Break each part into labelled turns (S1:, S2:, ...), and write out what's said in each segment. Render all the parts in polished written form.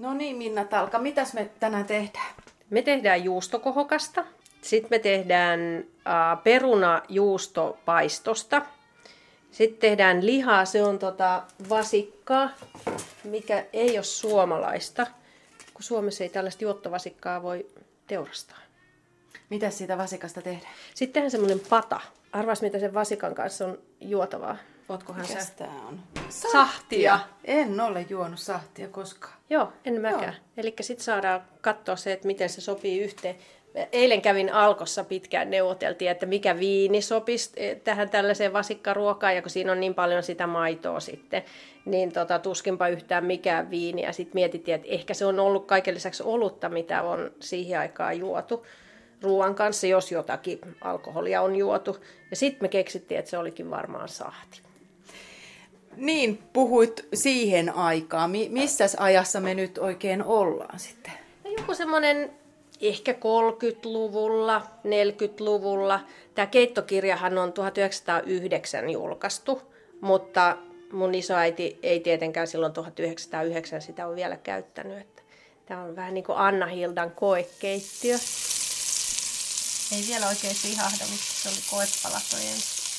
S1: No niin, Minna Talka, mitäs me tänään tehdään?
S2: Me tehdään juustokohokasta. Sitten me tehdään perunajuustopaistosta. Sitten tehdään lihaa, se on vasikkaa, mikä ei ole suomalaista, kun Suomessa ei tällaista juottovasikkaa voi teurastaa.
S1: Mitäs siitä vasikasta tehdään?
S2: Sitten tehdään semmoinen pata. Arvas, mitä sen vasikan kanssa on juotavaa. Ootkohan
S1: Mikäs
S2: sä?
S1: tää on?
S2: Sahtia.
S1: En ole juonut sahtia koskaan.
S2: Joo, en mäkään. Eli sitten saadaan katsoa se, että miten se sopii yhteen. Eilen kävin Alkossa pitkään, neuvoteltiin, että mikä viini sopisi tähän tällaiseen vasikkaruokaan, ja kun siinä on niin paljon sitä maitoa sitten, niin tuskinpa yhtään mikään viini. Ja sitten mietittiin, että ehkä se on ollut kaiken lisäksi olutta, mitä on siihen aikaan juotu ruoan kanssa, jos jotakin alkoholia on juotu. Ja sitten me keksittiin, että se olikin varmaan sahti.
S1: Niin, puhuit siihen aikaan. Missäs ajassa me nyt oikein ollaan sitten?
S2: No joku semmoinen ehkä 30-luvulla, 40-luvulla. Tämä keittokirjahan on 1909 julkaistu, mutta mun isoäiti ei tietenkään silloin 1909 sitä ole vielä käyttänyt. Tämä on vähän niin kuin Anna Hildan koekeittiö. Ei vielä oikein sihahda, mutta se oli koepalatojen.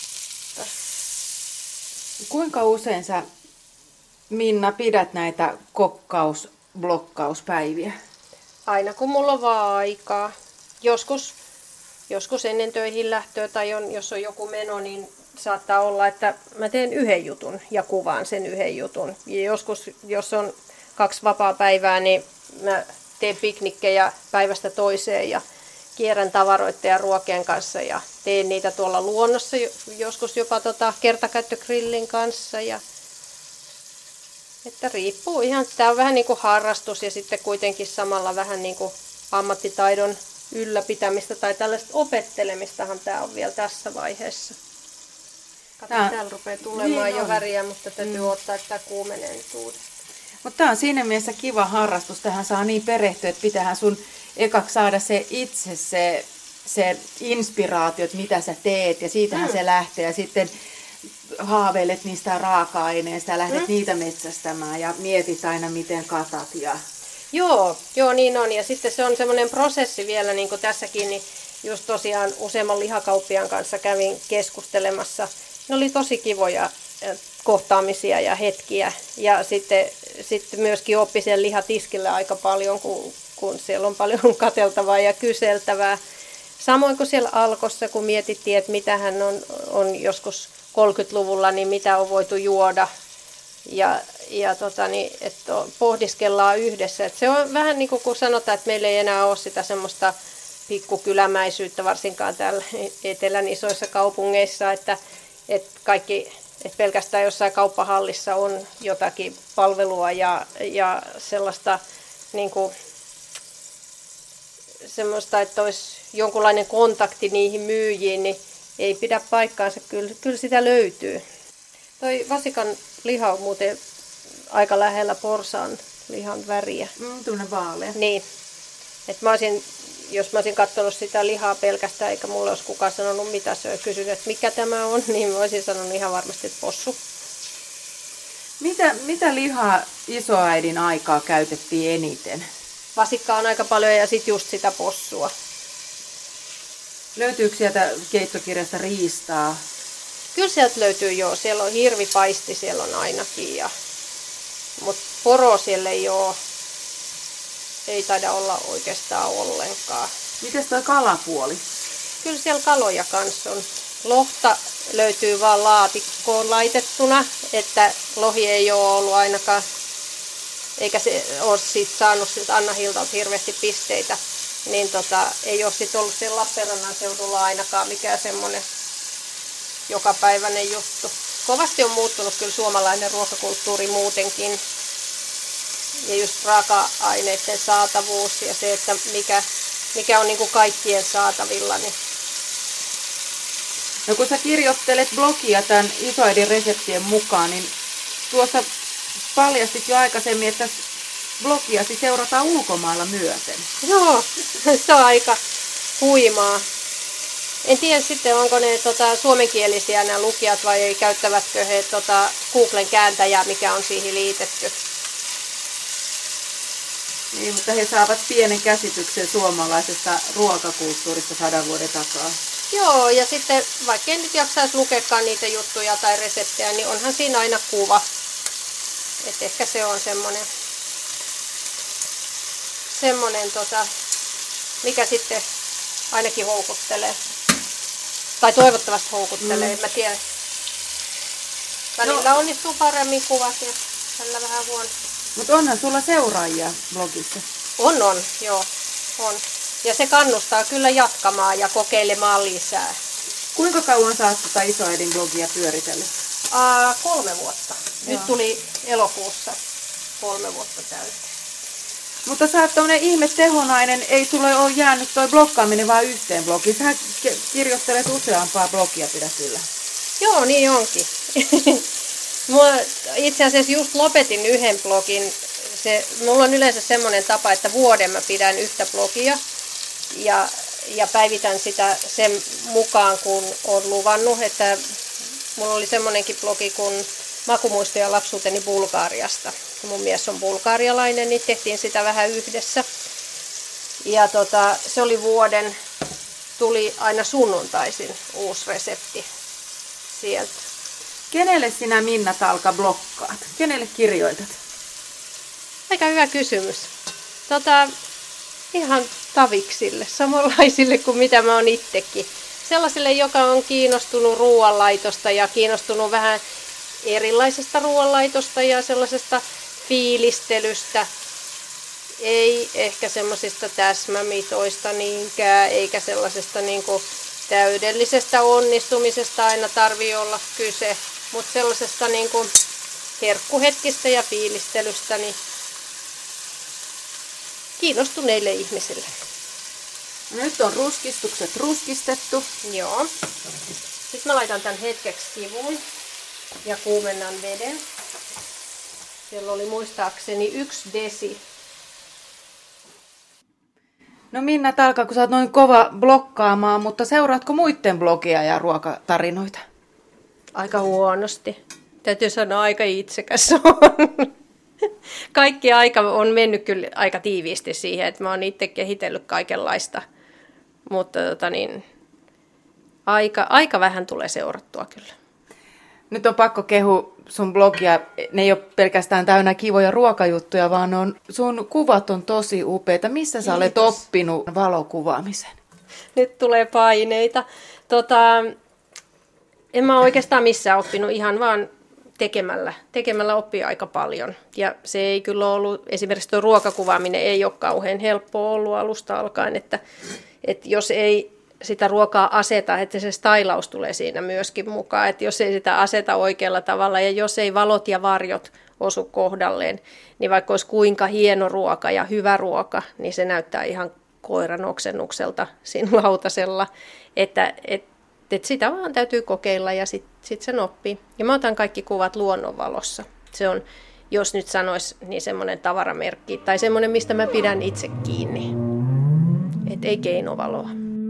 S1: Kuinka usein sä, Minna, pidät näitä kokkausblokkauspäiviä?
S2: Aina kun mulla on vaan aikaa. Joskus ennen töihin lähtöä tai jos on joku meno, niin saattaa olla, että mä teen yhden jutun ja kuvaan sen yhden jutun. Ja joskus, jos on 2 vapaapäivää, niin mä teen piknikkejä päivästä toiseen ja kierrän tavaroiden ja ruokien kanssa ja teen niitä tuolla luonnossa, joskus jopa kertakäyttögrillin kanssa. Että riippuu ihan, tämä on vähän niin kuin harrastus ja sitten kuitenkin samalla vähän niin kuin ammattitaidon ylläpitämistä tai tällaista opettelemistahan tämä on vielä tässä vaiheessa. Täällä rupeaa tulemaan niin jo väriä, mutta täytyy ottaa, että tämä kuumenee nyt uudestaan.
S1: Mutta tämä on siinä mielessä kiva harrastus. Tähän saa niin perehtyä, että pitäähän sun ekaksi saada se itse se inspiraatio, että mitä sä teet ja siitähän se lähtee ja sitten haaveilet niistä raaka-aineista ja lähdet niitä metsästämään ja mietit aina miten katat.
S2: Joo, niin on. Ja sitten se on semmoinen prosessi vielä, niin kuin tässäkin, niin just tosiaan useamman lihakauppiaan kanssa kävin keskustelemassa. Ne oli tosi kivoja kohtaamisia ja hetkiä. Ja sitten myöskin oppi siellä lihatiskille aika paljon, kun siellä on paljon katseltavaa ja kyseltävää. Samoin kuin siellä Alkossa, kun mietittiin, että mitä hän on joskus 30-luvulla, niin mitä on voitu juoda. Että pohdiskellaan yhdessä. Että se on vähän niin kuin kun sanotaan, että meillä ei enää ole sitä semmoista pikkukylämäisyyttä, varsinkaan täällä etelän isoissa kaupungeissa, että pelkästään jossain kauppahallissa on jotakin palvelua ja sellaista niin kuin, semmoista, että olisi jonkunlainen kontakti niihin myyjiin, niin ei pidä paikkaansa. Kyllä sitä löytyy. Toi vasikan liha on muuten aika lähellä porsaan lihan väriä.
S1: Tunne vaalea.
S2: Niin. Jos mä olisin katsonut sitä lihaa pelkästään, eikä mulle olisi kukaan sanonut mitä se on, kysynyt, että mikä tämä on, niin mä olisin sanonut ihan varmasti, että possu.
S1: Mitä lihaa isoäidin aikaa käytettiin eniten?
S2: Vasikkaa on aika paljon ja sitten just sitä possua.
S1: Löytyykö sieltä keittokirjasta riistaa?
S2: Kyllä sieltä löytyy joo. Siellä on hirvipaisti, siellä on ainakin. Mutta poro siellä ei ole. Ei taida olla oikeastaan ollenkaan.
S1: Mites tuo kalapuoli?
S2: Kyllä siellä kaloja kanssa on. Lohta löytyy vaan laatikkoon laitettuna, että lohi ei ole ollut ainakaan, eikä se ole siitä saanut siltä Anna Hildalta hirveästi pisteitä. Niin ei ole sit ollut siellä Lappeenrannan seudulla ainakaan mikään semmoinen jokapäiväinen juttu. Kovasti on muuttunut kyllä suomalainen ruokakulttuuri muutenkin. Ja just raaka-aineiden saatavuus ja se, että mikä on niin kuin kaikkien saatavilla. Niin.
S1: No kun sä kirjoittelet blogia tämän isoäidin reseptien mukaan, niin tuossa paljastit jo aikaisemmin, että blogiasi seurataan ulkomailla myöten.
S2: Joo, se on aika huimaa. En tiedä sitten, onko ne suomenkielisiä nämä lukijat vai käyttävätkö he Googlen kääntäjää, mikä on siihen liitetty.
S1: Niin, mutta he saavat pienen käsityksen suomalaisesta ruokakulttuurista 100 vuoden takaa.
S2: Joo, ja sitten vaikka en nyt jaksaisi lukekaan niitä juttuja tai reseptejä, niin onhan siinä aina kuva. Et ehkä se on semmoinen mikä sitten ainakin houkuttelee. Tai toivottavasti houkuttelee, en mä tiedä. Välillä onnistuu paremmin kuvat ja tällä vähän huono.
S1: Mutta onhan sulla seuraajia blogissa.
S2: On, joo. On. Ja se kannustaa kyllä jatkamaan ja kokeilemaan lisää.
S1: Kuinka kauan sä oot tota isoäidin blogia pyöritellyt?
S2: 3 vuotta. Nyt tuli elokuussa 3 vuotta täyteen.
S1: Mutta sä oot tommonen ihme tehonainen, ei sulle ole jäänyt toi blokkaaminen vaan yhteen blogiin. Sä kirjoittelet useampaa blogia, pidä kyllä.
S2: Joo, niin onkin. Itse asiassa just lopetin yhden blogin. Mulla on yleensä semmoinen tapa, että vuoden mä pidän yhtä blogia ja päivitän sitä sen mukaan, kun olen luvannut. Että mulla oli semmoinenkin blogi kuin Makumuistoja lapsuuteni Bulgariasta. Mun mies on bulgarialainen, niin tehtiin sitä vähän yhdessä. Ja se oli vuoden, tuli aina sunnuntaisin uusi resepti sieltä.
S1: Kenelle sinä, Minna Talka, blokkaat? Kenelle kirjoitat?
S2: Aika hyvä kysymys. Ihan taviksille, samanlaisille kuin mitä mä oon itsekin. Sellaiselle, joka on kiinnostunut ruoanlaitosta ja kiinnostunut vähän erilaisesta ruoanlaitosta ja sellaisesta fiilistelystä. Ei ehkä semmoisista täsmämitoista niinkään, eikä sellaisesta niinku täydellisestä onnistumisesta aina tarvii olla kyse, mutta sellaisesta niinku herkkuhetkistä ja fiilistelystä niin kiinnostuneille ihmisille.
S1: Nyt on ruskistukset ruskistettu.
S2: Joo. Sitten mä laitan tämän hetkeksi sivuun ja kuumennan veden. Siellä oli muistaakseni 1 desi.
S1: No Minna Talka, kun sä oot noin kova blokkaamaan, mutta seuraatko muiden blogia ja ruokatarinoita?
S2: Aika huonosti. Täytyy sanoa, aika itsekäs on. Kaikki aika on mennyt kyllä aika tiiviisti siihen, että mä oon itse kehitellyt kaikenlaista. Mutta aika vähän tulee seurattua kyllä.
S1: Nyt on pakko kehu sun blogia. Ne ei ole pelkästään täynnä kivoja ruokajuttuja, vaan sun kuvat on tosi upeita. Missä sä olet oppinut valokuvaamisen?
S2: Nyt tulee paineita. En mä oikeastaan missään oppinut, ihan vaan tekemällä. Tekemällä oppii aika paljon. Ja se ei kyllä ollut, esimerkiksi tuo ruokakuvaaminen ei ole kauhean helppoa ollut alusta alkaen, että jos ei sitä ruokaa aseta, että se stylaus tulee siinä myöskin mukaan, että jos ei sitä aseta oikealla tavalla ja jos ei valot ja varjot osu kohdalleen, niin vaikka olisi kuinka hieno ruoka ja hyvä ruoka, niin se näyttää ihan koiran oksennukselta siinä lautasella, että sitä vaan täytyy kokeilla ja sit sen oppii. Ja mä otan kaikki kuvat luonnonvalossa. Se on, jos nyt sanois, niin semmoinen tavaramerkki tai semmoinen, mistä mä pidän itse kiinni. Et ei keinovaloa.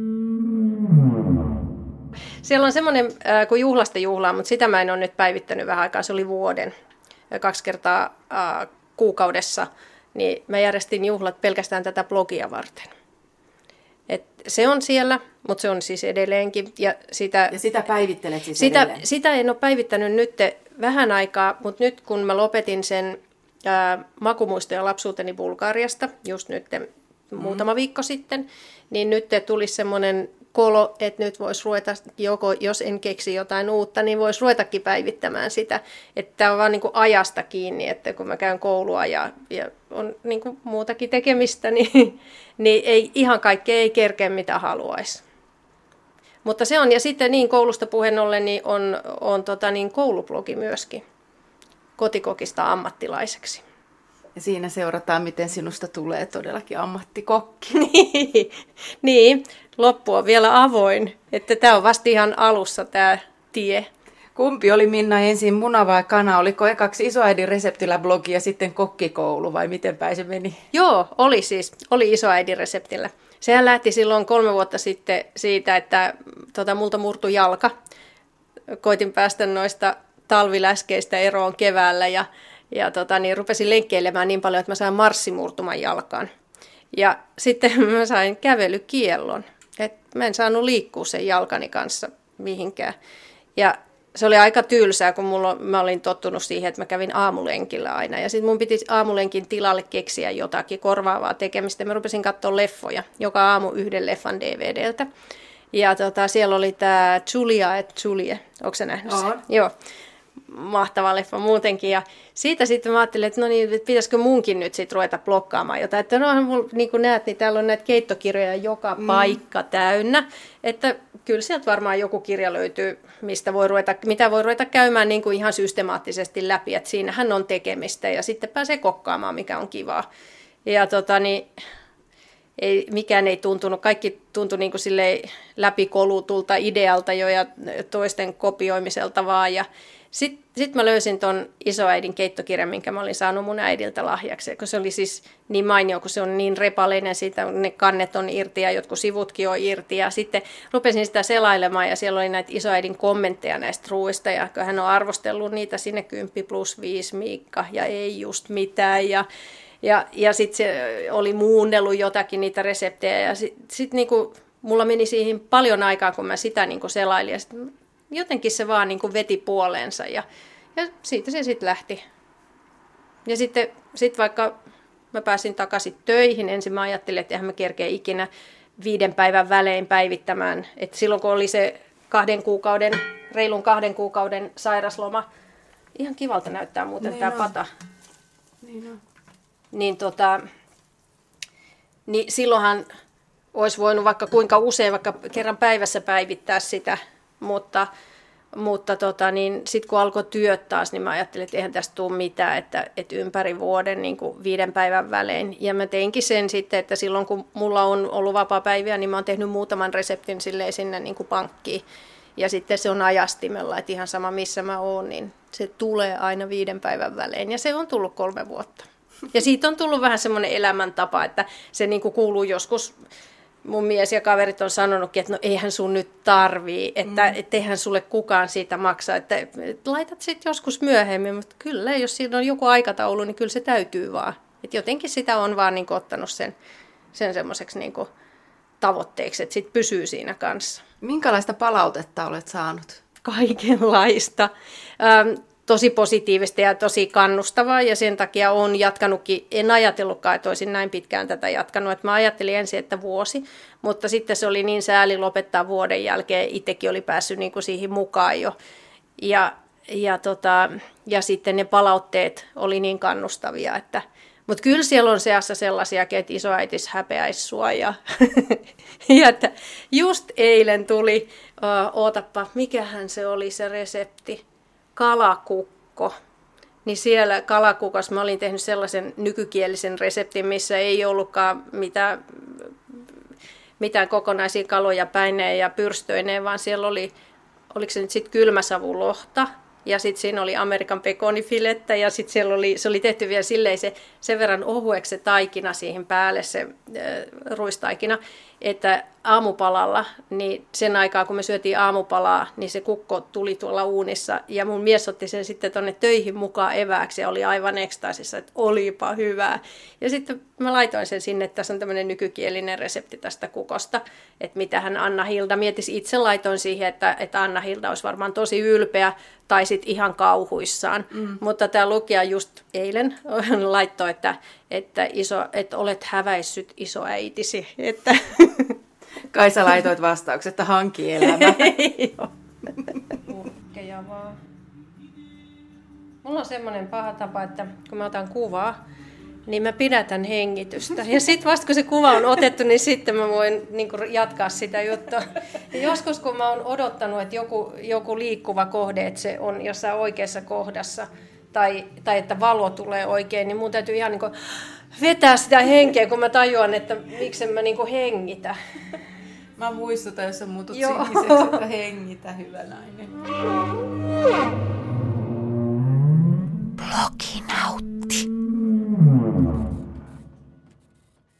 S2: Siellä on semmoinen kuin juhlasta juhlaa, mutta sitä mä en ole nyt päivittänyt vähän aikaa. Se oli vuoden 2 kertaa kuukaudessa. Niin mä järjestin juhlat pelkästään tätä blogia varten. Et se on siellä, mutta se on siis edelleenkin. Ja
S1: sitä päivittelet siis edelleen? Sitä
S2: en ole päivittänyt nyt vähän aikaa, mutta nyt kun mä lopetin sen Makumuistoja lapsuuteni Bulgariasta, just nyt muutama viikko sitten, niin nyt tulisi semmoinen kolo, että nyt voisi ruveta, joko jos en keksi jotain uutta, niin voisi ruvetakin päivittämään sitä. Että tämä on vaan niin kuin ajasta kiinni, että kun mä käyn koulua ja on niin kuin muutakin tekemistä, niin ei, ihan kaikkea ei kerkeä mitä haluaisi. Mutta se on, ja sitten niin koulusta puheen ollen, niin on koulublogi myöskin kotikokista ammattilaiseksi.
S1: Ja siinä seurataan, miten sinusta tulee todellakin ammattikokki.
S2: Niin, loppu on vielä avoin. Että tämä on vasta ihan alussa tämä tie.
S1: Kumpi oli, Minna, ensin muna vai kana? Oliko ekaksi isoäidin reseptillä blogi ja sitten kokkikoulu vai miten päin se meni?
S2: Joo, oli isoäidin reseptillä. Sehän lähti silloin 3 vuotta sitten siitä, että multa murtui jalka. Koitin päästä noista talviläskeistä eroon keväällä ja Ja niin rupesin lenkkeilemään niin paljon, että mä sain marssimurtuman jalkaan. Ja sitten mä sain kävelykiellon. Et mä en saanut liikkua sen jalkani kanssa mihinkään. Ja se oli aika tylsää, kun mä olin tottunut siihen, että mä kävin aamulenkillä aina. Ja sitten mun piti aamulenkin tilalle keksiä jotakin korvaavaa tekemistä. Mä rupesin katsoa leffoja, joka aamu yhden leffan DVDltä. Ja siellä oli tämä Julia et Julie. Ootko sä nähnyt sen? Joo. Mahtava leffa muutenkin. Ja siitä sitten mä ajattelin, että no niin, pitäisikö munkin nyt sitten ruveta blokkaamaan jotain. Että niin kuin näet, niin täällä on näitä keittokirjoja joka paikka täynnä. Että kyllä sieltä varmaan joku kirja löytyy, mitä voi ruveta käymään niin kuin ihan systemaattisesti läpi. Että siinähän on tekemistä ja sitten pääsee kokkaamaan, mikä on kivaa. Ja mikään ei tuntunut, kaikki tuntui niin kuin läpikolutulta idealta jo ja toisten kopioimiselta vaan. Ja sitten mä löysin ton isoäidin keittokirjan, minkä mä olin saanut mun äidiltä lahjaksi, kun se oli siis niin mainio, kun se on niin repaleinen, siitä ne kannet on irti ja jotkut sivutkin on irti. Ja sitten rupesin sitä selailemaan ja siellä oli näitä isoäidin kommentteja näistä ruuista ja hän on arvostellut niitä sinne 10+5 Miikka ja ei just mitään ja sitten se oli muunnellut jotakin niitä reseptejä ja sitten niinku, mulla meni siihen paljon aikaa, kun mä sitä niinku selailin ja jotenkin se vaan niinku veti puoleensa ja siitä se sitten lähti. Ja sitten vaikka mä pääsin takaisin töihin, ensin mä ajattelin, että eihän mä kerkeä ikinä 5 päivän välein päivittämään. Et silloin kun oli se reilun 2 kuukauden sairasloma, ihan kivalta näyttää muuten tämä pata. Niin silloinhan olisi voinut vaikka kuinka usein, vaikka kerran päivässä päivittää sitä, mutta sitten kun alkoi työt taas, niin mä ajattelin, että eihän tästä tule mitään, että ympäri vuoden niin kuin 5 päivän välein. Ja mä teinkin sen sitten, että silloin kun mulla on ollut vapaapäiviä, niin mä oon tehnyt muutaman reseptin sinne niin kuin pankkiin. Ja sitten se on ajastimella, että ihan sama missä mä oon, niin se tulee aina 5 päivän välein. Ja se on tullut 3 vuotta. Ja siitä on tullut vähän semmoinen elämäntapa, että se niin kuin kuuluu joskus. Mun mies ja kaverit on sanonutkin, että no eihän sun nyt tarvii, että eihän sulle kukaan siitä maksa, että laitat sitten joskus myöhemmin, mutta kyllä, jos siinä on joku aikataulu, niin kyllä se täytyy vaan. Että jotenkin sitä on vaan niin kuin ottanut sen semmoiseksi niin kuin tavoitteeksi, että sit pysyy siinä kanssa.
S1: Minkälaista palautetta olet saanut?
S2: Kaikenlaista. Tosi positiivista ja tosi kannustavaa ja sen takia olen jatkanutkin, en ajatellutkaan, että olisin näin pitkään tätä jatkanut. Että mä ajattelin ensin, että vuosi, mutta sitten se oli niin sääli lopettaa vuoden jälkeen, itsekin oli päässyt niin kuin siihen mukaan jo. Ja sitten ne palautteet oli niin kannustavia, mutta kyllä siellä on seassa sellaisiakin, että isoäitis häpeäisi sua ja että just eilen tuli, ootappa, mikähän se oli se resepti? Kalakukko. Niin siellä kalakukossa mä olin tehnyt sellaisen nykykielisen reseptin, missä ei ollutkaan mitään kokonaisia kaloja päineen ja pyrstöineen, vaan siellä oli, oliko se nyt sitten kylmäsavulohta, ja sitten siinä oli Amerikan pekonifilettä, ja sitten se oli tehty vielä silleen sen verran ohueksi se taikina siihen päälle, se ruistaikina, että aamupalalla, niin sen aikaa kun me syötiin aamupalaa, niin se kukko tuli tuolla uunissa, ja mun mies otti sen sitten tuonne töihin mukaan evääksi, ja oli aivan ekstaasissa, että olipa hyvää. Ja sitten mä laitoin sen sinne, että tässä on tämmöinen nykykielinen resepti tästä kukosta, että mitähän Anna Hilda mietisi. Itse laitoin siihen, että Anna Hilda olisi varmaan tosi ylpeä, tai sitten ihan mutta tämä lukija just eilen laittoi, että olet häväissyt isoäitisi. Että
S1: Kai sä laitoit vastauksen, että hanki elämä.
S2: Urkkeja vaan. Mulla on semmoinen paha tapa, että kun mä otan kuvaa, niin mä pidätän hengitystä. Ja sitten vasta kun se kuva on otettu, niin sitten mä voin jatkaa sitä juttua. Ja joskus kun mä oon odottanut, että joku liikkuva kohde, että se on jossain oikeassa kohdassa, tai että valo tulee oikein, niin mun täytyy ihan vetää sitä henkeä, kun mä tajuan, että miksen mä hengitä.
S1: Mä muistutan, jos sä muutut siniseksi, että hengitä, hyvä nainen.